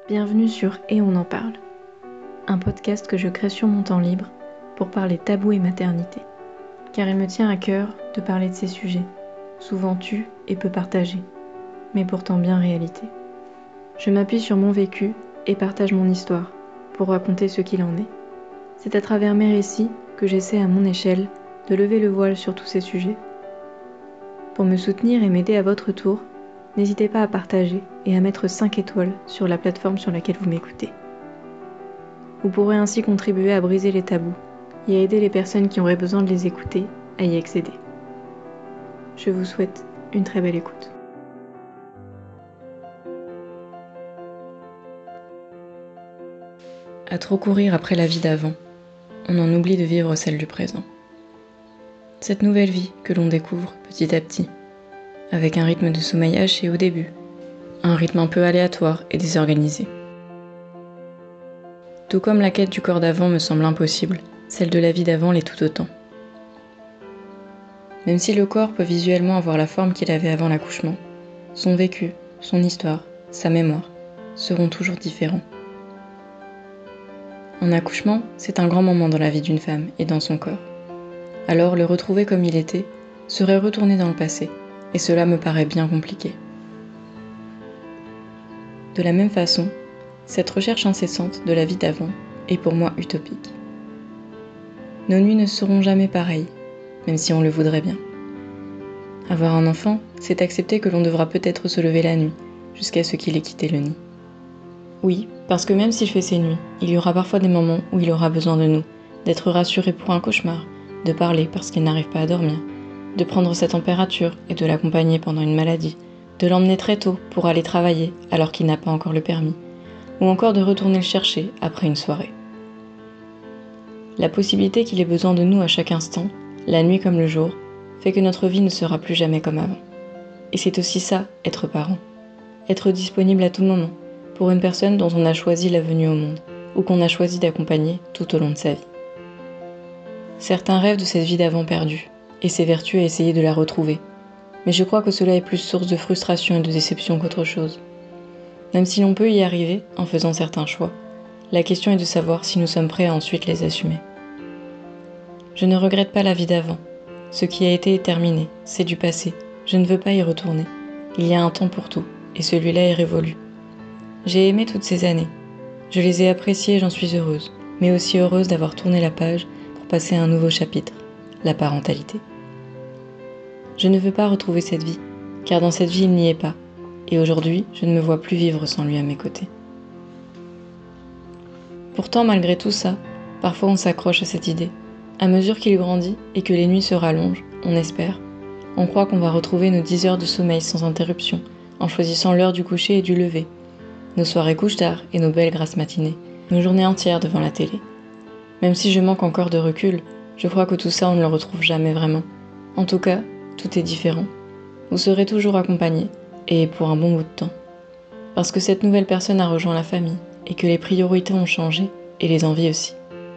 Bienvenue sur Et on en parle, un podcast que je crée sur mon temps libre pour parler tabou et maternité, car il me tient à cœur de parler de ces sujets, souvent tus et peu partagés, mais pourtant bien réalité. Je m'appuie sur mon vécu et partage mon histoire pour raconter ce qu'il en est. C'est à travers mes récits que j'essaie à mon échelle de lever le voile sur tous ces sujets. Pour me soutenir et m'aider à votre tour, n'hésitez pas à partager et à mettre 5 étoiles sur la plateforme sur laquelle vous m'écoutez. Vous pourrez ainsi contribuer à briser les tabous et à aider les personnes qui auraient besoin de les écouter à y accéder. Je vous souhaite une très belle écoute. À trop courir après la vie d'avant, on en oublie de vivre celle du présent. Cette nouvelle vie que l'on découvre petit à petit, avec un rythme de sommeil haché au début, un rythme un peu aléatoire et désorganisé. Tout comme la quête du corps d'avant me semble impossible, celle de la vie d'avant l'est tout autant. Même si le corps peut visuellement avoir la forme qu'il avait avant l'accouchement, son vécu, son histoire, sa mémoire seront toujours différents. Un accouchement, c'est un grand moment dans la vie d'une femme et dans son corps. Alors le retrouver comme il était serait retourner dans le passé, et cela me paraît bien compliqué. De la même façon, cette recherche incessante de la vie d'avant est pour moi utopique. Nos nuits ne seront jamais pareilles, même si on le voudrait bien. Avoir un enfant, c'est accepter que l'on devra peut-être se lever la nuit, jusqu'à ce qu'il ait quitté le nid. Oui, parce que même s'il fait ses nuits, il y aura parfois des moments où il aura besoin de nous, d'être rassuré pour un cauchemar, de parler parce qu'il n'arrive pas à dormir, de prendre sa température et de l'accompagner pendant une maladie, de l'emmener très tôt pour aller travailler alors qu'il n'a pas encore le permis, ou encore de retourner le chercher après une soirée. La possibilité qu'il ait besoin de nous à chaque instant, la nuit comme le jour, fait que notre vie ne sera plus jamais comme avant. Et c'est aussi ça, être parent. Être disponible à tout moment, pour une personne dont on a choisi la venue au monde, ou qu'on a choisi d'accompagner tout au long de sa vie. Certains rêvent de cette vie d'avant perdue, et s'évertuent à essayer de la retrouver. Mais je crois que cela est plus source de frustration et de déception qu'autre chose. Même si l'on peut y arriver en faisant certains choix, la question est de savoir si nous sommes prêts à ensuite les assumer. Je ne regrette pas la vie d'avant. Ce qui a été est terminé, c'est du passé. Je ne veux pas y retourner. Il y a un temps pour tout, et celui-là est révolu. J'ai aimé toutes ces années. Je les ai appréciées et j'en suis heureuse, mais aussi heureuse d'avoir tourné la page pour passer à un nouveau chapitre, la parentalité. Je ne veux pas retrouver cette vie, car dans cette vie il n'y est pas, et aujourd'hui je ne me vois plus vivre sans lui à mes côtés. Pourtant, malgré tout ça, parfois on s'accroche à cette idée. À mesure qu'il grandit et que les nuits se rallongent, on espère. On croit qu'on va retrouver nos 10 heures de sommeil sans interruption, en choisissant l'heure du coucher et du lever, nos soirées couche-tard et nos belles grasses matinées, nos journées entières devant la télé. Même si je manque encore de recul, je crois que tout ça on ne le retrouve jamais vraiment. En tout cas, tout est différent. Vous serez toujours accompagné, et pour un bon bout de temps. Parce que cette nouvelle personne a rejoint la famille, et que les priorités ont changé, et les envies aussi.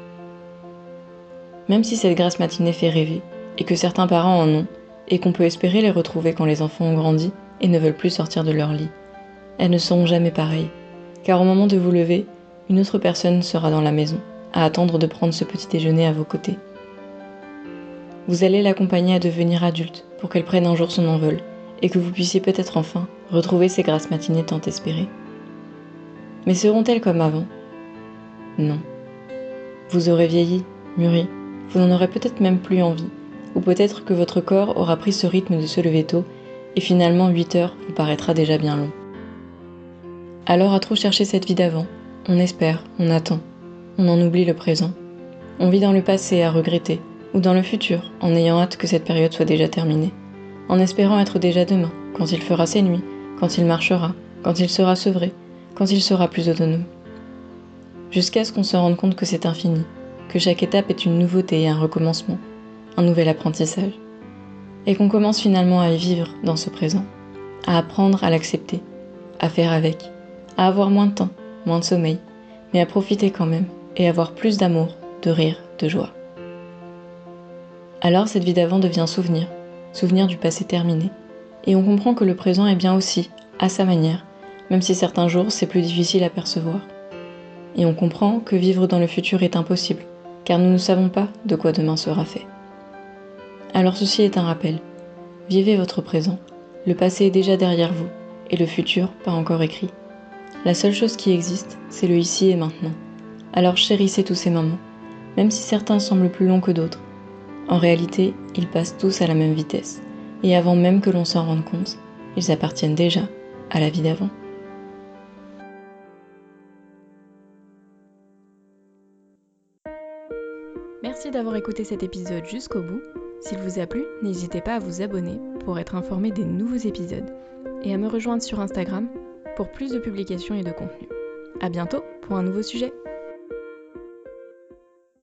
Même si cette grasse matinée fait rêver, et que certains parents en ont, et qu'on peut espérer les retrouver quand les enfants ont grandi et ne veulent plus sortir de leur lit, elles ne seront jamais pareilles, car au moment de vous lever, une autre personne sera dans la maison, à attendre de prendre ce petit déjeuner à vos côtés. Vous allez l'accompagner à devenir adulte, pour qu'elle prenne un jour son envol, et que vous puissiez peut-être enfin retrouver ces grasses matinées tant espérées. Mais seront-elles comme avant ? Non. Vous aurez vieilli, mûri, vous n'en aurez peut-être même plus envie, ou peut-être que votre corps aura pris ce rythme de se lever tôt, et finalement 8 heures vous paraîtra déjà bien long. Alors à trop chercher cette vie d'avant, on espère, on attend, on en oublie le présent. On vit dans le passé à regretter, ou dans le futur, en ayant hâte que cette période soit déjà terminée, en espérant être déjà demain, quand il fera ses nuits, quand il marchera, quand il sera sevré, quand il sera plus autonome. Jusqu'à ce qu'on se rende compte que c'est infini, que chaque étape est une nouveauté et un recommencement, un nouvel apprentissage, et qu'on commence finalement à y vivre dans ce présent, à apprendre à l'accepter, à faire avec, à avoir moins de temps, moins de sommeil, mais à profiter quand même, et avoir plus d'amour, de rire, de joie. Alors cette vie d'avant devient souvenir du passé terminé, et on comprend que le présent est bien aussi, à sa manière, même si certains jours c'est plus difficile à percevoir. Et on comprend que vivre dans le futur est impossible, car nous ne savons pas de quoi demain sera fait. Alors ceci est un rappel. Vivez votre présent. Le passé est déjà derrière vous, et le futur pas encore écrit. La seule chose qui existe, c'est le ici et maintenant. Alors chérissez tous ces moments, même si certains semblent plus longs que d'autres. En réalité, ils passent tous à la même vitesse, et avant même que l'on s'en rende compte, ils appartiennent déjà à la vie d'avant. Merci d'avoir écouté cet épisode jusqu'au bout. S'il vous a plu, n'hésitez pas à vous abonner pour être informé des nouveaux épisodes et à me rejoindre sur Instagram pour plus de publications et de contenu. À bientôt pour un nouveau sujet.